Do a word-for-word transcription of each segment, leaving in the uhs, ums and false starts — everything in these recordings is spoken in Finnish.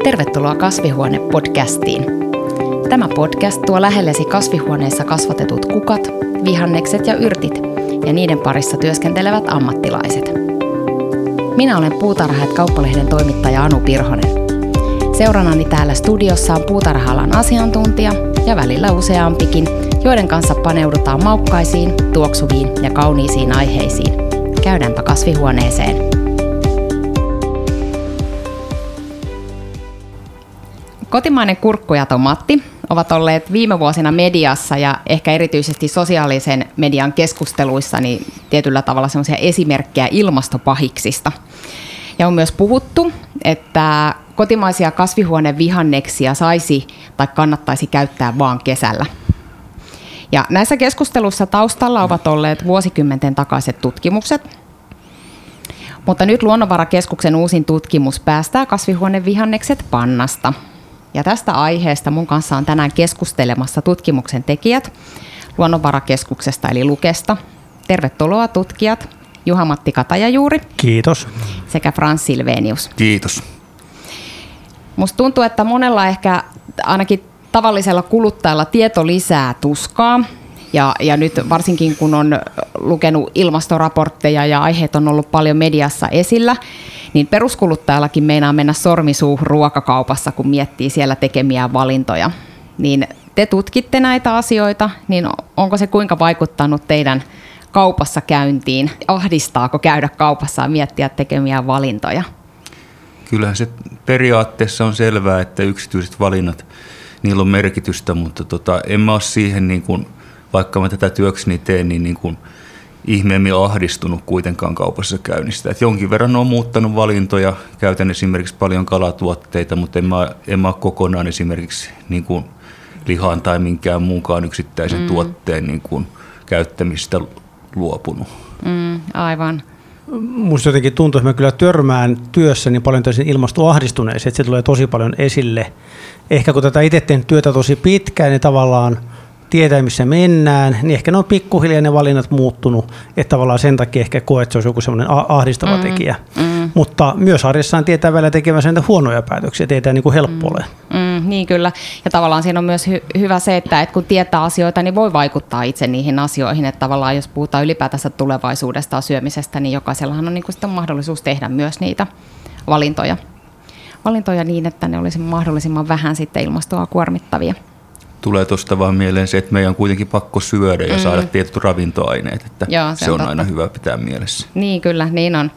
Tervetuloa Kasvihuone-podcastiin. Tämä podcast tuo lähellesi kasvihuoneessa kasvatetut kukat, vihannekset ja yrtit ja niiden parissa työskentelevät ammattilaiset. Minä olen Puutarha- ja Kauppalehden toimittaja Anu Pirhonen. Seurannani täällä studiossa on puutarha-alan asiantuntija ja välillä useampikin, joiden kanssa paneudutaan maukkaisiin, tuoksuviin ja kauniisiin aiheisiin. Käydäänpä kasvihuoneeseen. Kotimainen kurkku ja tomaatti ovat olleet viime vuosina mediassa ja ehkä erityisesti sosiaalisen median keskusteluissa niin tietyllä tavalla sellaisia esimerkkejä ilmastopahiksista. Ja on myös puhuttu, että kotimaisia kasvihuonevihanneksia saisi tai kannattaisi käyttää vaan kesällä. Ja näissä keskusteluissa taustalla ovat olleet vuosikymmenten takaiset tutkimukset, mutta nyt Luonnonvarakeskuksen uusin tutkimus päästää kasvihuonevihannekset pannasta. Ja tästä aiheesta mun kanssa on tänään keskustelemassa tutkimuksen tekijät Luonnonvarakeskuksesta eli Lukesta. Tervetuloa tutkijat Juha-Matti Katajajuuri. Kiitos. Sekä Frans Silvenius. Kiitos. Musta tuntuu, että monella ehkä ainakin tavallisella kuluttajalla tieto lisää tuskaa. Ja, ja nyt varsinkin kun on lukenut ilmastoraportteja ja aiheet on ollut paljon mediassa esillä, niin peruskuluttajallakin meinaa mennä sormi suuhun ruokakaupassa, kun miettii siellä tekemiä valintoja. Niin te tutkitte näitä asioita, niin onko se kuinka vaikuttanut teidän kaupassa käyntiin? Ahdistaako käydä kaupassa ja miettiä tekemiä valintoja? Kyllähän se periaatteessa on selvää, että yksityiset valinnat, niillä on merkitystä, mutta tota, en mä ole siihen, niin kun, vaikka mä tätä työkseni teen, niin, niin kun ihmeemmin ahdistunut kuitenkaan kaupassa käynnistä. Et jonkin verran on muuttanut valintoja, käytän esimerkiksi paljon kalatuotteita, mutta en mä, en mä ole kokonaan esimerkiksi niin kuin lihan tai minkään muunkaan yksittäisen mm. tuotteen niin kuin käyttämistä luopunut. Mm, aivan. Musta jotenkin tuntuu, että mä kyllä törmään työssäni paljon täysin ilmastoahdistuneeseen, että se tulee tosi paljon esille. Ehkä kun tätä itse teen työtä tosi pitkään, niin tavallaan tietää, missä mennään, niin ehkä ne on pikkuhiljaa ne valinnat muuttunut, että tavallaan sen takia ehkä koet, että se olisi joku semmoinen ahdistava mm, tekijä. Mm. Mutta myös arjessaan tietää välillä tekemänsä niitä huonoja päätöksiä, tietää niin kuin helppo ole. Mm, mm, niin kyllä, ja tavallaan siinä on myös hy- hyvä se, että et kun tietää asioita, niin voi vaikuttaa itse niihin asioihin, että tavallaan jos puhutaan ylipäätänsä tulevaisuudesta ja syömisestä, niin jokaisellahan on niin kuin sitten mahdollisuus tehdä myös niitä valintoja. Valintoja niin, että ne olisi mahdollisimman vähän sitten ilmastoa kuormittavia. Tulee tuosta vaan mieleen se, että meidän on kuitenkin pakko syödä ja mm. saada tietyt ravintoaineet, että Joo, se, se on, on aina hyvä pitää mielessä. Niin kyllä, niin on.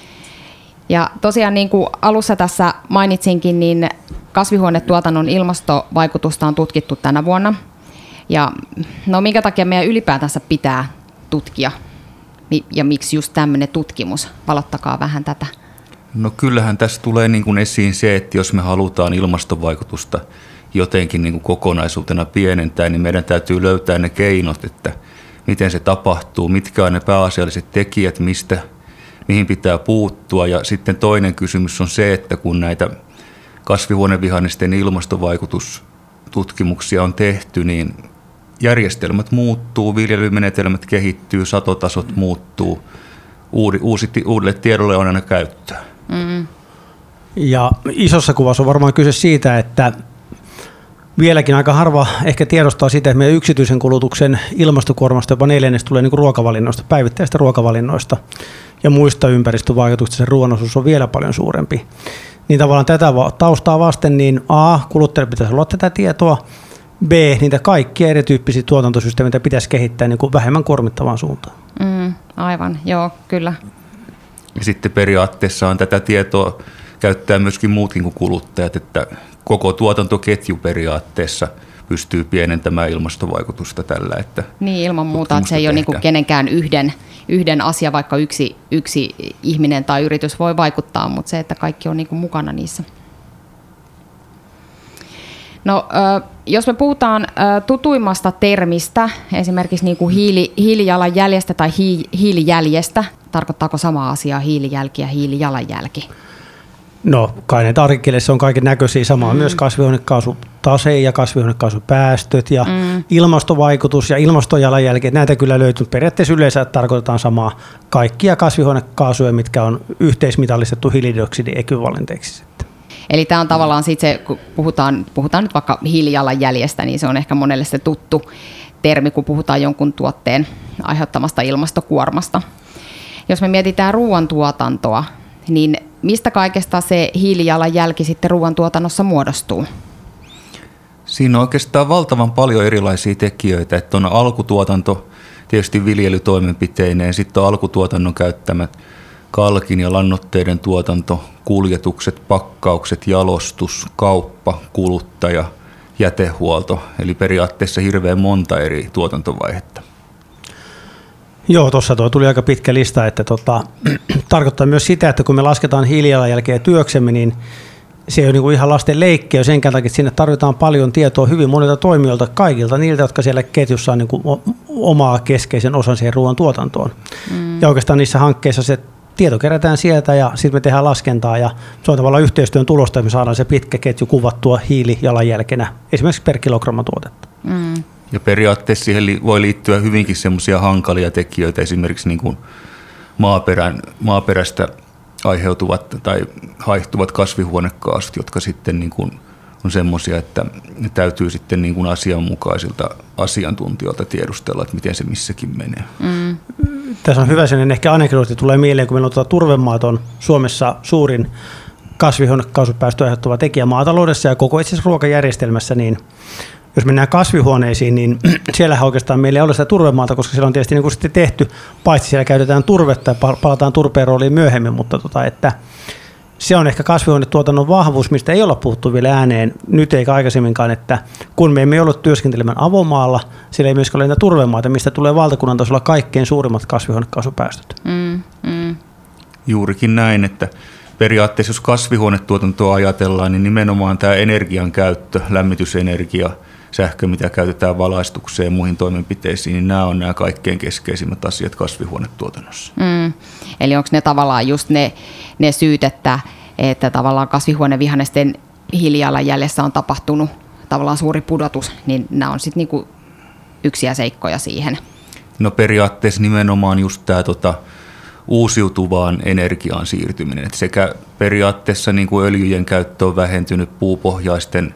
Ja tosiaan niin kuin alussa tässä mainitsinkin, niin kasvihuonetuotannon ilmastovaikutusta on tutkittu tänä vuonna. Ja no minkä takia meidän ylipäätänsä pitää tutkia ja miksi just tämmöinen tutkimus? Valottakaa vähän tätä. No kyllähän tässä tulee niin kuin esiin se, että jos me halutaan ilmastovaikutusta jotenkin niin kuin kokonaisuutena pienentää, niin meidän täytyy löytää ne keinot, että miten se tapahtuu, mitkä on ne pääasialliset tekijät, mistä, mihin pitää puuttua. Ja sitten toinen kysymys on se, että kun näitä kasvihuonevihannesten ilmastovaikutustutkimuksia on tehty, niin järjestelmät muuttuu, viljelymenetelmät kehittyy, satotasot muuttuu, uusi, uudelle tiedolle on aina käyttöä. Mm. Ja isossa kuvassa on varmaan kyse siitä, että vieläkin aika harva ehkä tiedostaa sitä, että meidän yksityisen kulutuksen ilmastokuormasta jopa neljännes tulee niin kuin ruokavalinnoista, päivittäistä ruokavalinnoista ja muista ympäristövaikutuksista sen ruoan osuus on vielä paljon suurempi. Niin tavallaan tätä taustaa vasten, niin A, kuluttajille pitäisi olla tätä tietoa, B, niitä kaikkia erityyppisiä tuotantosysteemeitä pitäisi kehittää niin kuin vähemmän kuormittavaan suuntaan. Mm, aivan, joo, kyllä. Ja sitten periaatteessa on tätä tietoa käyttää myöskin muutkin kuin kuluttajat, että koko tuotantoketju periaatteessa pystyy pienentämään ilmastovaikutusta tällä. Että niin, ilman muuta, että se ei ole niin kuin kenenkään yhden, yhden asia, vaikka yksi, yksi ihminen tai yritys voi vaikuttaa, mutta se, että kaikki on niin kuin mukana niissä. No, jos me puhutaan tutuimmasta termistä, esimerkiksi niin kuin hiili, hiilijalanjäljestä tai hiilijäljestä, tarkoittaako sama asia hiilijälki ja hiilijalanjälki? No, kai näitä artikkeleissa on kaiken näköisiä, samaa mm. myös kasvihuonekaasutase ja kasvihuonekaasupäästöt ja mm. ilmastovaikutus ja ilmastojalanjälki. Näitä kyllä löytyy periaatteessa yleensä, tarkoitetaan samaa kaikkia kasvihuonekaasuja, mitkä on yhteismitallistettu hiilidioksidi-ekvivalenteiksi. Eli tämä on tavallaan sitten se, kun puhutaan, puhutaan nyt vaikka hiilijalanjäljestä, niin se on ehkä monelle se tuttu termi, kun puhutaan jonkun tuotteen aiheuttamasta ilmastokuormasta. Jos me mietitään ruoantuotantoa, niin mistä kaikesta se hiilijalanjälki sitten ruoantuotannossa muodostuu? Siinä on oikeastaan valtavan paljon erilaisia tekijöitä, että on alkutuotanto tietysti viljelytoimenpiteineen, sitten on alkutuotannon käyttämät kalkin ja lannoitteiden tuotanto, kuljetukset, pakkaukset, jalostus, kauppa, kuluttaja, jätehuolto, eli periaatteessa hirveän monta eri tuotantovaihetta. Joo, tuossa tuo tuli aika pitkä lista, että tota, tarkoittaa myös sitä, että kun me lasketaan hiilijalanjälkeä työksemme, niin se ei ole niin kuin ihan lasten leikkiä sen takia, että sinne tarvitaan paljon tietoa hyvin monilta toimijoilta, kaikilta niiltä, jotka siellä ketjussa on niin kuin omaa keskeisen osan siihen ruoan tuotantoon. Mm. Ja oikeastaan niissä hankkeissa se tieto kerätään sieltä ja sitten me tehdään laskentaa ja se on tavallaan yhteistyön tulosta, että me saadaan se pitkä ketju kuvattua hiilijalanjälkenä esimerkiksi per kilogramma tuotetta. Mm. Ja periaatteessa siihen voi liittyä hyvinkin semmoisia hankalia tekijöitä, esimerkiksi niin kuin maaperän, maaperästä aiheutuvat tai haihtuvat kasvihuonekaasut, jotka sitten niin kuin on semmoisia, että ne täytyy sitten niin kuin asianmukaisilta asiantuntijoilta tiedustella, että miten se missäkin menee. Mm. Tässä on hyvä sellainen ehkä anekdootti tulee mieleen, kun meillä on tuota turvemaat on Suomessa suurin kasvihuonekaasupäästöä aiheuttava tekijä maataloudessa ja koko itse asiassa ruokajärjestelmässä, niin jos mennään kasvihuoneisiin, niin siellähän oikeastaan meillä ei ole sitä turvemaata, koska siellä on tietysti niin kuin sitten tehty, paitsi siellä käytetään turvetta ja palataan turpeen rooliin myöhemmin, mutta tota, että se on ehkä kasvihuonetuotannon vahvuus, mistä ei olla puhuttu vielä ääneen nyt eikä aikaisemminkaan, että kun me emme ole työskentelemään avomaalla, siellä ei myöskään ole niitä turvemaata, mistä tulee valtakunnan tasolla kaikkein suurimmat kasvihuonekaasupäästöt. Mm, mm. Juurikin näin, että periaatteessa jos kasvihuonetuotantoa ajatellaan, niin nimenomaan tämä energian käyttö, lämmitysenergia, sähkö, mitä käytetään valaistukseen ja muihin toimenpiteisiin, niin nämä on nämä kaikkein keskeisimmät asiat kasvihuonetuotannossa. Mm. Eli onko ne tavallaan just ne, ne syyt, että, että tavallaan kasvihuonevihannesten hiilijalanjäljessä on tapahtunut tavallaan suuri pudotus, niin nämä on sitten niinku yksiä seikkoja siihen? No periaatteessa nimenomaan just tämä tota, uusiutuvaan energiaan siirtyminen. Et sekä periaatteessa niin kuin öljyjen käyttö on vähentynyt, puupohjaisten,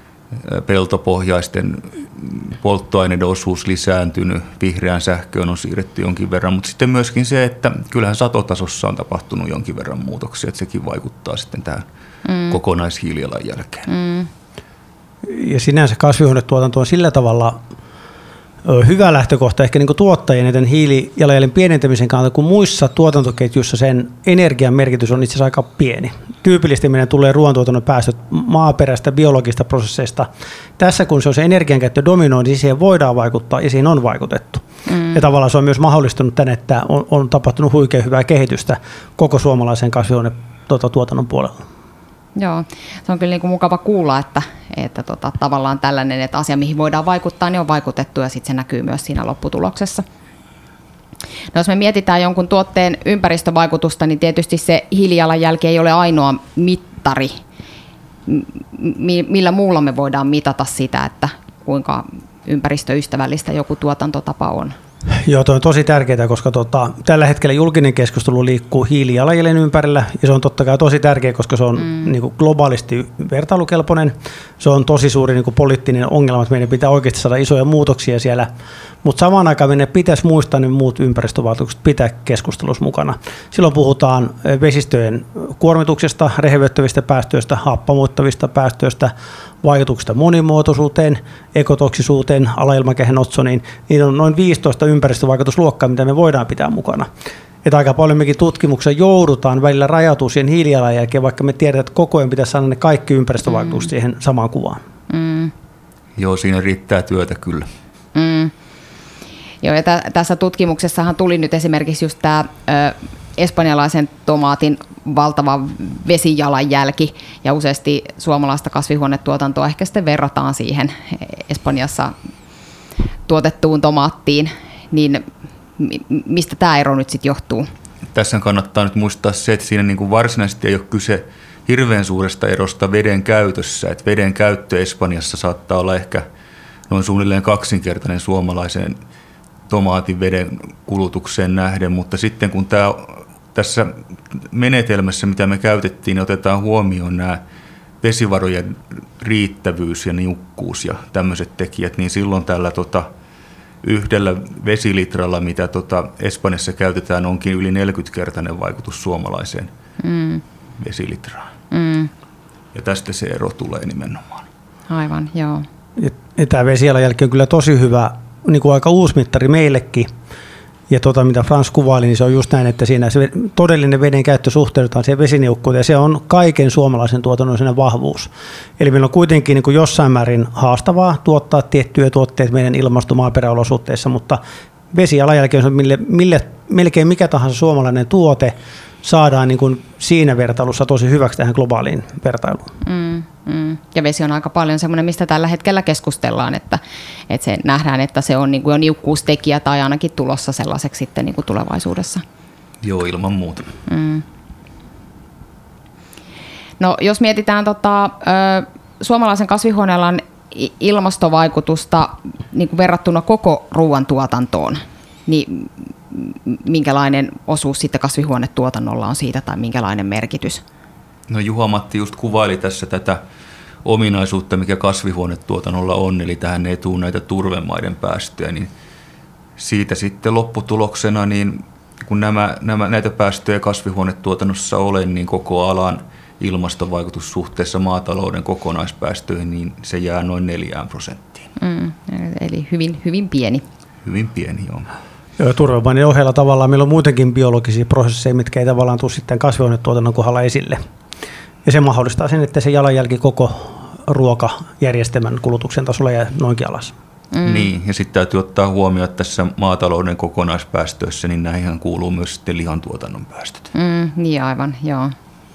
peltopohjaisten polttoaineiden osuus lisääntynyt, vihreään sähköön on siirretty jonkin verran, mutta sitten myöskin se, että kyllähän satotasossa on tapahtunut jonkin verran muutoksia, että sekin vaikuttaa sitten tähän mm. kokonaishiilijalanjälkeen. Mm. Ja sinänsä kasvihuonetuotanto on sillä tavalla hyvä lähtökohta ehkä niin kuin tuottajien näiden hiilijalanjäljen pienentämisen kannalta, kun muissa tuotantoketjuissa sen energian merkitys on itse asiassa aika pieni. Tyypillisesti meidän tulee ruoantuotannon päästöt maaperästä, biologista prosesseista. Tässä kun se on se energiankäyttö dominoi, niin siihen voidaan vaikuttaa ja siihen on vaikutettu. Mm. Ja tavallaan se on myös mahdollistunut tänne, että on, on tapahtunut huikein hyvää kehitystä koko suomalaisen kasvihuonetuotannon puolella. Joo, se on kyllä niin kuin mukava kuulla, että, että tota, tavallaan tällainen, että asia, mihin voidaan vaikuttaa, niin on vaikutettu ja sitten se näkyy myös siinä lopputuloksessa. No, jos me mietitään jonkun tuotteen ympäristövaikutusta, niin tietysti se hiilijalanjälki ei ole ainoa mittari. Millä muulla me voidaan mitata sitä, että kuinka ympäristöystävällistä joku tuotantotapa on? Joo, tuo on tosi tärkeää, koska tota, tällä hetkellä julkinen keskustelu liikkuu hiilijalanjäljen ympärillä ja se on totta kai tosi tärkeä, koska se on mm. niin kuin globaalisti vertailukelpoinen. Se on tosi suuri niin kuin poliittinen ongelma, että meidän pitää oikeasti saada isoja muutoksia siellä, mutta samaan aikaan meidän pitäisi muistaa ne muut ympäristövaikutukset pitää keskustelussa mukana. Silloin puhutaan vesistöjen kuormituksesta, rehevöittävistä päästöistä, happamoittavista päästöistä, vaikutuksista monimuotoisuuteen, ekotoksisuuteen, alailmakehän otsoniin. Niillä on noin viisitoista ympäristövaikutusluokkaa, mitä me voidaan pitää mukana. Että aika paljon mekin tutkimuksessa joudutaan välillä rajautua siihen hiilijalanjälkeen, vaikka me tiedetään, että koko ajan pitäisi saada ne kaikki ympäristövaikutukset mm. siihen samaan kuvaan. Mm. Joo, siinä riittää työtä kyllä. Mm. Joo, ja t- tässä tutkimuksessahan tuli nyt esimerkiksi just tämä ö, espanjalaisen tomaatin valtava vesijalanjälki, ja useasti suomalaista kasvihuonetuotantoa ehkä sitten verrataan siihen Espanjassa tuotettuun tomaattiin, niin mistä tämä ero nyt sitten johtuu? Tässä kannattaa nyt muistaa se, että siinä niin kuin varsinaisesti ei ole kyse hirveän suuresta erosta veden käytössä, että veden käyttö Espanjassa saattaa olla ehkä noin suunnilleen kaksinkertainen suomalaiseen tomaatin veden kulutukseen nähden, mutta sitten kun tämä, tässä menetelmässä, mitä me käytettiin, niin otetaan huomioon nämä vesivarojen riittävyys ja niukkuus ja tämmöiset tekijät, niin silloin tällä tota, yhdellä vesilitralla, mitä tota Espanjassa käytetään, onkin yli neljäkymmenkertainen vaikutus suomalaiseen mm. vesilitraan. Mm. Ja tästä se ero tulee nimenomaan. Aivan, joo. Ja, ja tämä vesijalanjälki on kyllä tosi hyvä, niin kuin aika uusi mittari meillekin. Ja tota, mitä Frans kuvaili, niin se on just näin, että siinä se todellinen veden käyttö suhteutetaan siihen vesiniukkuuteen, ja se on kaiken suomalaisen tuotannon vahvuus. Eli meillä on kuitenkin niin kuin jossain määrin haastavaa tuottaa tiettyjä tuotteita meidän ilmasto- maaperäolosuhteissa, mutta vesijalanjälki on se, mille, mille, melkein mikä tahansa suomalainen tuote saadaan niin kuin siinä vertailussa tosi hyväksi tähän globaaliin vertailuun. Mm, mm. Ja vesi on aika paljon semmoinen, mistä tällä hetkellä keskustellaan, että, että se nähdään, että se on niin kuin jo niukkuustekijä tai ainakin tulossa sellaiseksi sitten niin kuin tulevaisuudessa. Joo, ilman muuta. Mm. No, jos mietitään tota, ö, suomalaisen kasvihuonealan ilmastovaikutusta niin kuin verrattuna koko ruoantuotantoon, niin minkälainen osuus sitten kasvihuonetuotannolla on siitä tai minkälainen merkitys? No Juha-Matti just kuvaili tässä tätä ominaisuutta, mikä kasvihuonetuotannolla on, eli tähän ei tule näitä turvemaiden päästöjä, niin siitä sitten lopputuloksena, niin kun nämä, nämä, näitä päästöjä kasvihuonetuotannossa ole, niin koko alan ilmastovaikutus suhteessa maatalouden kokonaispäästöihin, niin se jää noin neljään prosenttiin. Mm, eli hyvin, hyvin pieni. Hyvin pieni, joo. Joo, turvemaiden ohella tavallaan meillä on muutenkin biologisia prosesseja, mitkä ei tavallaan tule sitten kasvihuonetuotannon kohdalla esille. Ja se mahdollistaa sen, että se jalanjälki koko ruokajärjestelmän kulutuksen tasolla jää noinkin alas. Mm. Niin, ja sitten täytyy ottaa huomioon, että tässä maatalouden kokonaispäästöissä, niin näihin kuuluu myös sitten lihantuotannon päästöt. Mm, niin aivan, joo.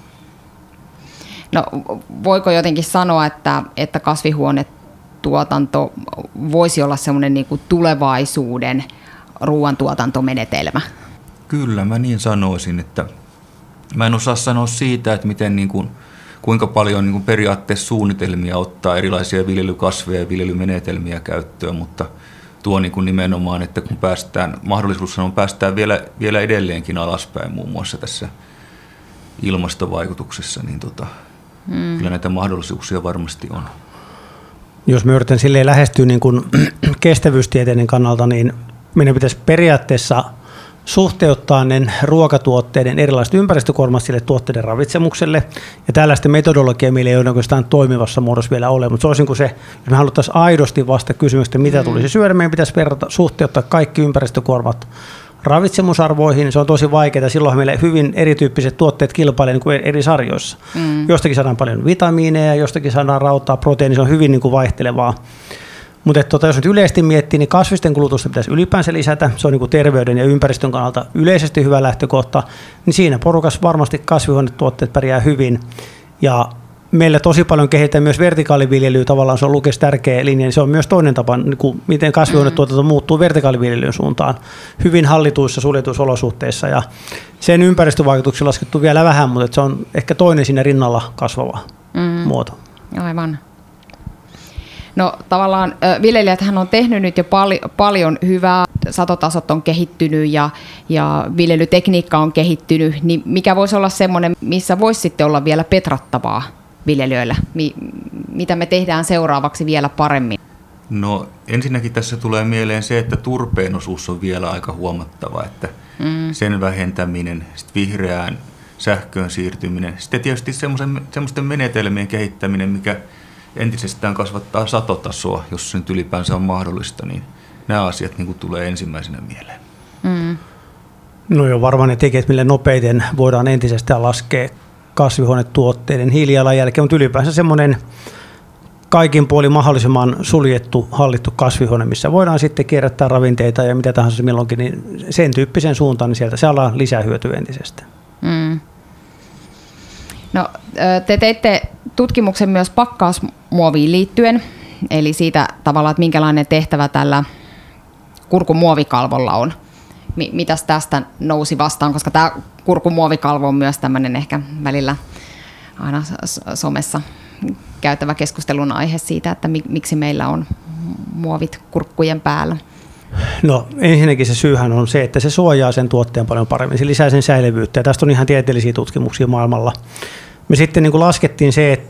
No voiko jotenkin sanoa, että, että kasvihuonetuotanto voisi olla semmoinen niin kuin tulevaisuuden ruoantuotantomenetelmä? Kyllä, mä niin sanoisin, että mä en osaa sanoa siitä, että miten niin kuin, kuinka paljon niin kuin periaatteessa suunnitelmia ottaa erilaisia viljelykasveja ja viljelymenetelmiä käyttöön, mutta tuo niin kuin nimenomaan, että kun päästään, mahdollisuus on päästään vielä, vielä edelleenkin alaspäin muun muassa tässä ilmastovaikutuksessa, niin tota, hmm. kyllä näitä mahdollisuuksia varmasti on. Jos me yritän silleen lähestyä niin kuin kestävyystieteiden kannalta, niin meidän pitäisi periaatteessa suhteuttaa ne ruokatuotteiden erilaiset ympäristökuormat sille tuotteiden ravitsemukselle. Ja tällaista metodologiaa meillä ei ole oikeastaan toimivassa muodossa vielä ole, mutta se olisi niin kuin se, jos me haluttaisiin aidosti vastata kysymystä, mitä tulisi syödä, meidän pitäisi verrata, suhteuttaa kaikki ympäristökuormat ravitsemusarvoihin. Se on tosi vaikeaa. Silloin meillä hyvin erityyppiset tuotteet kilpailevat niin eri sarjoissa. Mm. Jostakin saadaan paljon vitamiineja, jostakin saadaan rautaa, proteiinia, se on hyvin niin kuin vaihtelevaa. Mutta tota, jos nyt yleisesti miettii, niin kasvisten kulutusta pitäisi ylipäänsä lisätä. Se on niin kuin terveyden ja ympäristön kannalta yleisesti hyvä lähtökohta. Niin siinä porukassa varmasti kasvihuonetuotteet pärjää hyvin. Ja meillä tosi paljon kehitetään myös vertikaaliviljelyä. Tavallaan se on Lukes tärkeä linja. Niin se on myös toinen tapa, niin kuin miten kasvihuonetuotanto muuttuu vertikaaliviljelyyn suuntaan hyvin hallituissa, suljetuissa olosuhteissa. Ja sen ympäristövaikutuksia laskettu vielä vähän, mutta se on ehkä toinen siinä rinnalla kasvava mm. muoto. Aivan. No tavallaan viljelijäthän on tehnyt nyt jo pal- paljon hyvää, satotasot on kehittynyt ja, ja viljelytekniikka on kehittynyt, niin mikä voisi olla semmoinen, missä voisi sitten olla vielä petrattavaa viljelijöillä? Mi- mitä me tehdään seuraavaksi vielä paremmin? No ensinnäkin tässä tulee mieleen se, että turpeen osuus on vielä aika huomattava, että mm. sen vähentäminen, sit vihreään sähköön siirtyminen, sitten tietysti semmoisten menetelmien kehittäminen, mikä entisestään kasvattaa satotasoa, jos se nyt ylipäänsä on mahdollista, niin nämä asiat niin kuin tulee ensimmäisenä mieleen. Mm. No joo, varmaan ne tekijät, millä nopeiten voidaan entisestään laskea kasvihuonetuotteiden hiilijalanjälkeen, mutta ylipäänsä semmoinen kaikin puolin mahdollisimman suljettu, hallittu kasvihuone, missä voidaan sitten kierrättää ravinteita ja mitä tahansa milloinkin, niin sen tyyppisen suuntaan, niin sieltä saadaan lisää hyötyä entisestään. Mm. No, te teitte tutkimuksen myös pakkausmuoviin liittyen, eli siitä tavallaan, että minkälainen tehtävä tällä kurkun muovikalvolla on. Mitäs tästä nousi vastaan, koska tämä kurkun muovikalvo on myös tämmöinen ehkä välillä aina somessa käytävä keskustelun aihe siitä, että miksi meillä on muovit kurkkujen päällä. No ensinnäkin se syyhän on se, että se suojaa sen tuotteen paljon paremmin, se lisää sen säilyvyyttä ja tästä on ihan tieteellisiä tutkimuksia maailmalla. Me sitten niin kuin laskettiin se, että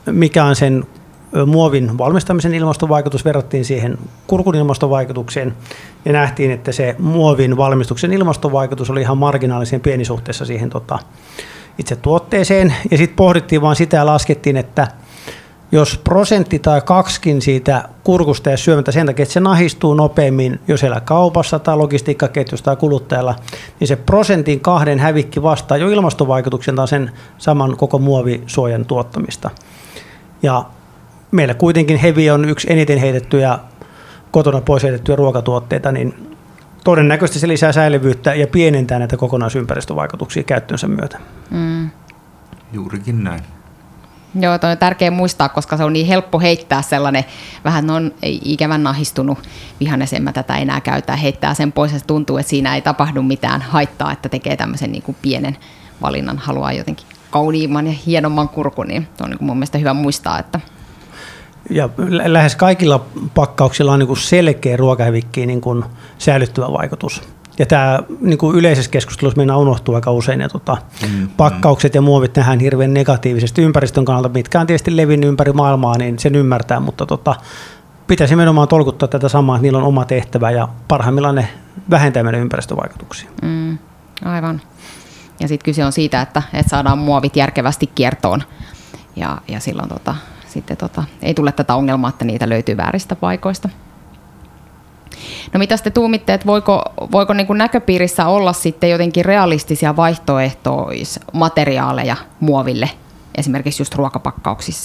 mikä on sen muovin valmistamisen ilmastovaikutus, verrattiin siihen kurkun ilmastovaikutukseen ja nähtiin, että se muovin valmistuksen ilmastovaikutus oli ihan marginaalisen pieni suhteessa siihen tota, itse tuotteeseen. Ja sitten pohdittiin vaan sitä ja laskettiin, että jos prosentti tai kaksikin siitä kurkusta ja syömättä sen takia, että se nahistuu nopeammin jo siellä kaupassa tai logistiikkaketjussa tai kuluttajalla, niin se prosentin kahden hävikki vastaa jo ilmastovaikutukseltaan sen saman koko muovisuojan tuottamista. Ja meillä kuitenkin hevi on yksi eniten heitettyjä, kotona pois heitettyjä ruokatuotteita, niin todennäköisesti se lisää säilyvyyttä ja pienentää näitä kokonaisympäristövaikutuksia käyttönsä myötä. Mm. Juurikin näin. Joo, toi on tärkeää muistaa, koska se on niin helppo heittää sellainen, vähän on ikävän nahistunut vihannes, en mä tätä enää käytä, heittää sen pois ja se tuntuu, että siinä ei tapahdu mitään haittaa, että tekee tämmöisen niin kuin pienen valinnan, haluaa jotenkin kauniimman ja hienomman kurkun, niin se on niin kuin mun mielestä hyvä muistaa, että ja lähes kaikilla pakkauksilla on niin kuin selkeä ruokahävikkiin niin kuin säilyttävä vaikutus. Ja tämä niin kuin yleisessä keskustelussa meidän unohtuu aika usein, ja tota, mm, pakkaukset mm. ja muovit nähdään hirveän negatiivisesti ympäristön kannalta, mitkä on tietysti levinnyt ympäri maailmaa, niin sen ymmärtää, mutta tota, pitäisi nimenomaan tolkuttaa tätä samaa, että niillä on oma tehtävä ja parhaimmillaan ne vähentää meidän ympäristövaikutuksia. Mm, aivan. Ja sitten kyse on siitä, että, että saadaan muovit järkevästi kiertoon ja, ja silloin tota, sitten tota, ei tule tätä ongelmaa, että niitä löytyy vääristä paikoista. No mitä te tuumitte, että voiko, voiko niin kuin näköpiirissä olla sitten jotenkin realistisia vaihtoehtoismateriaaleja muoville, esimerkiksi just ruokapakkauksissa?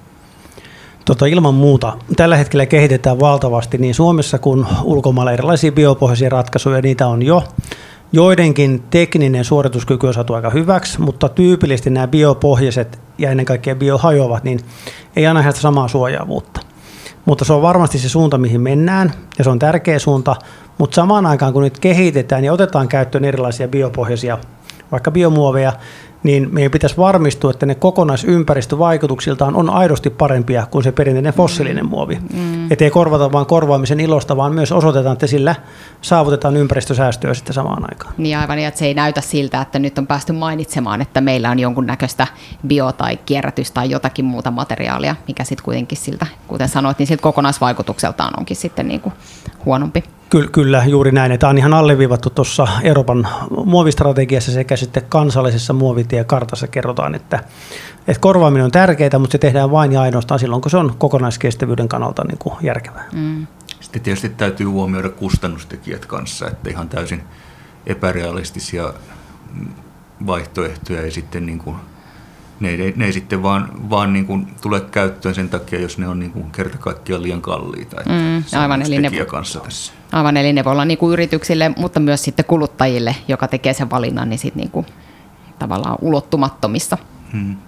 Tota, ilman muuta. Tällä hetkellä kehitetään valtavasti niin Suomessa kuin ulkomailla erilaisia biopohjaisia ratkaisuja, niitä on jo. Joidenkin tekninen suorituskyky on saatu aika hyväksi, mutta tyypillisesti nämä biopohjaiset ja ennen kaikkea biohajoavat, niin ei aina sitä samaa suojaavuutta. Mutta se on varmasti se suunta, mihin mennään, ja se on tärkeä suunta, mutta samaan aikaan kun nyt kehitetään ja otetaan käyttöön erilaisia biopohjaisia, vaikka biomuoveja, niin meidän pitäisi varmistua, että ne kokonaisympäristövaikutuksiltaan on aidosti parempia kuin se perinteinen fossiilinen muovi. Mm. Että ei korvata vain korvaamisen ilosta, vaan myös osoitetaan, että sillä saavutetaan ympäristösäästöä sitten samaan aikaan. Niin aivan, että se ei näytä siltä, että nyt on päästy mainitsemaan, että meillä on jonkunnäköistä bio- tai kierrätys- tai jotakin muuta materiaalia, mikä sitten kuitenkin siltä, kuten sanoit, niin siltä kokonaisvaikutukseltaan onkin sitten niin kuin huonompi. Kyllä, kyllä, juuri näin. Tämä on ihan alleviivattu tuossa Euroopan muovistrategiassa sekä sitten kansallisessa muovitiekartassa kerrotaan, että, että korvaaminen on tärkeää, mutta se tehdään vain ja ainoastaan silloin, kun se on kokonaiskestävyyden kannalta niin kuin järkevää. Mm. Sitten tietysti täytyy huomioida kustannustekijät kanssa, että ihan täysin epärealistisia vaihtoehtoja ja sitten niin kuin Ne ei, ne ei sitten vaan, vaan niin kuin tule käyttöön sen takia, jos ne on niin kuin kerta kaikkiaan liian kalliita. Mm, aivan, eli ne, kanssa tässä. aivan, eli ne voi olla niin kuin yrityksille, mutta myös sitten kuluttajille, joka tekee sen valinnan, niin sitten niin kuin tavallaan ulottumattomissa. Hmm.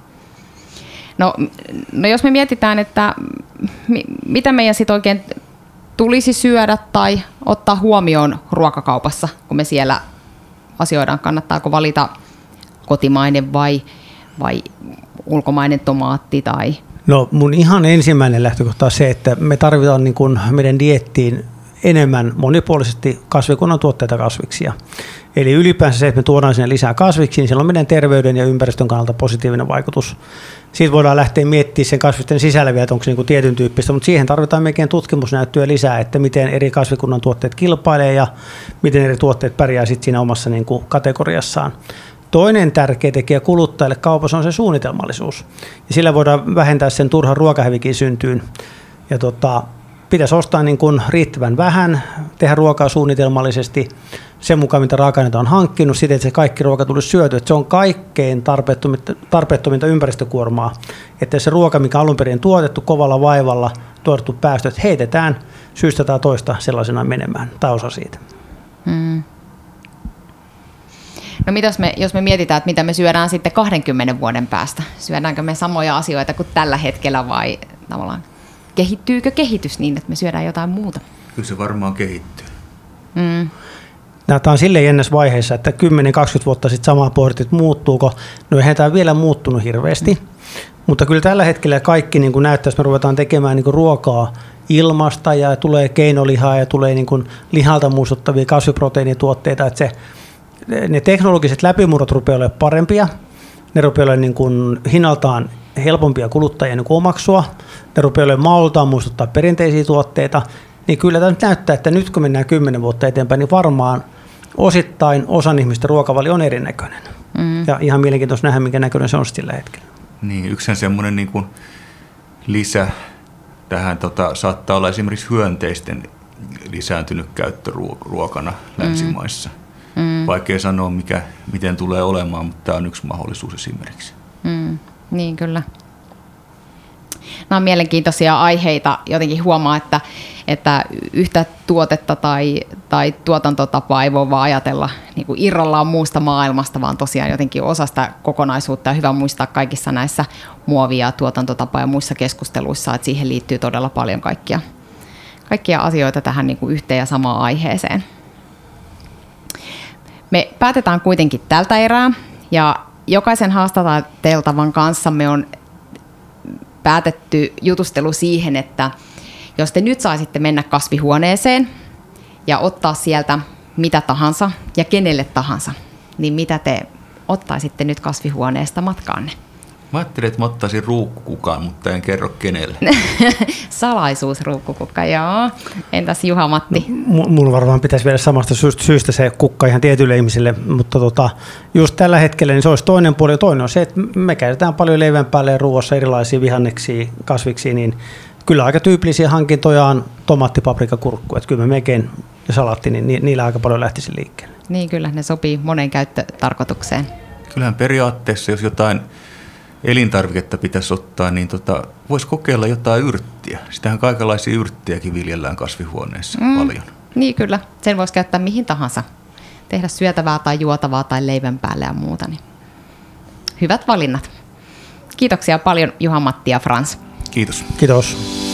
No, no jos me mietitään, että mi, mitä meidän sitten oikein tulisi syödä tai ottaa huomioon ruokakaupassa, kun me siellä asioidaan, kannattaako valita kotimainen vai vai ulkomainen tomaatti tai? No mun ihan ensimmäinen lähtökohta on se, että me tarvitaan niin kuin meidän dieettiin enemmän monipuolisesti kasvikunnan tuotteita kasviksia. Eli ylipäänsä se, että me tuodaan sinne lisää kasviksia, niin sillä on meidän terveyden ja ympäristön kannalta positiivinen vaikutus. Siitä voidaan lähteä miettimään sen kasvisten sisällä vielä, että onko se niin kuin tietyn tyyppistä, mutta siihen tarvitaan meidän tutkimusnäyttöä lisää, että miten eri kasvikunnan tuotteet kilpailee ja miten eri tuotteet pärjää sitten siinä omassa niin kuin kategoriassaan. Toinen tärkeä tekijä kuluttajille kaupassa on se suunnitelmallisuus. Ja sillä voidaan vähentää sen turhan ruokahävikin syntyyn. Ja tota, pitäisi ostaa niin kuin riittävän vähän, tehdä ruokaa suunnitelmallisesti sen mukaan, mitä raaka-aineita on hankkinut, siten, että se kaikki ruoka tulisi syötyä. Että se on kaikkein tarpeettominta, tarpeettominta ympäristökuormaa. Että se ruoka, mikä alun perin tuotettu kovalla vaivalla, tuotettu päästöt, heitetään syystä tai toista sellaisena menemään, tai osa siitä. Hmm. No mitäs me, jos me mietitään, että mitä me syödään sitten kahdenkymmenen vuoden päästä? Syödäänkö me samoja asioita kuin tällä hetkellä vai tavallaan kehittyykö kehitys niin, että me syödään jotain muuta? Kyllä se varmaan kehittyy. Mm. Tämä on silleen jännässä vaiheessa, että kymmenen kaksikymmentä vuotta sitten samaa pohdittiin, että muuttuuko. No eihän tämä vielä muuttunut hirveästi, mm. mutta kyllä tällä hetkellä kaikki niin kuin näyttää, että me ruvetaan tekemään niin kuin ruokaa ilmasta ja tulee keinolihaa ja tulee niin kuin lihalta muistuttavia kasviproteiinituotteita, että se ne teknologiset läpimurrot rupeaa olemaan parempia, ne rupeaa olemaan niin kuin hinnaltaan helpompia kuluttajia niin kuin omaksua, ne rupeaa olemaan maultaan muistuttaa perinteisiä tuotteita, niin kyllä tämä nyt näyttää, että nyt kun mennään kymmenen vuotta eteenpäin, niin varmaan osittain osan ihmisten ruokavalio on erinäköinen. Mm. Ja ihan mielenkiintoista nähdä, minkä näköinen se on sillä hetkellä. Niin, yksihän semmoinen niin kuin lisä tähän tota, saattaa olla esimerkiksi hyönteisten lisääntynyt käyttö ruokana länsimaissa. Mm. Vaikea sanoa, mikä, miten tulee olemaan, mutta tämä on yksi mahdollisuus esimerkiksi. Mm. Niin, kyllä. Nämä on mielenkiintoisia aiheita. Jotenkin huomaa, että, että yhtä tuotetta tai, tai tuotantotapaa ei voi vaan ajatella niin kuin irrallaan muusta maailmasta, vaan tosiaan jotenkin osa sitä kokonaisuutta. Ja hyvä muistaa kaikissa näissä muovia, tuotantotapaa ja muissa keskusteluissa, että siihen liittyy todella paljon kaikkia, kaikkia asioita tähän niin kuin yhteen ja samaan aiheeseen. Me päätetään kuitenkin tältä erää, ja jokaisen haastateltavan kanssa me on päätetty jutustelu siihen, että jos te nyt saisitte mennä kasvihuoneeseen ja ottaa sieltä mitä tahansa ja kenelle tahansa, niin mitä te ottaisitte nyt kasvihuoneesta matkaanne? Mä ajattelin, että mä ottaisin ruukkukukan, mutta en kerro kenelle. Salaisuus ruukkukukka, joo. Entäs Juha-Matti? No, mulla varmaan pitäisi viedä samasta syystä se kukka ihan tietyille ihmisille, mutta tota, just tällä hetkellä niin se olisi toinen puoli. Ja toinen on se, että me käytetään paljon leivän päälle ja ruoassa erilaisia vihanneksia, kasviksia, niin kyllä aika tyypillisiä hankintoja on tomaatti, paprika, kurkku. Että kyllä me melkein ja salaatti, niin niillä aika paljon lähtisi liikkeelle. Niin kyllä, ne sopii monen käyttötarkoitukseen. Kyllähän periaatteessa, jos jotain elintarviketta pitäisi ottaa, niin tota, voisi kokeilla jotain yrttiä. Sitähän kaikenlaisia yrttejäkin viljellään kasvihuoneessa mm. paljon. Niin kyllä, sen voisi käyttää mihin tahansa. Tehdä syötävää tai juotavaa tai leivän päälle ja muuta. Niin. Hyvät valinnat. Kiitoksia paljon Juha-Matti ja Frans. Kiitos. Kiitos.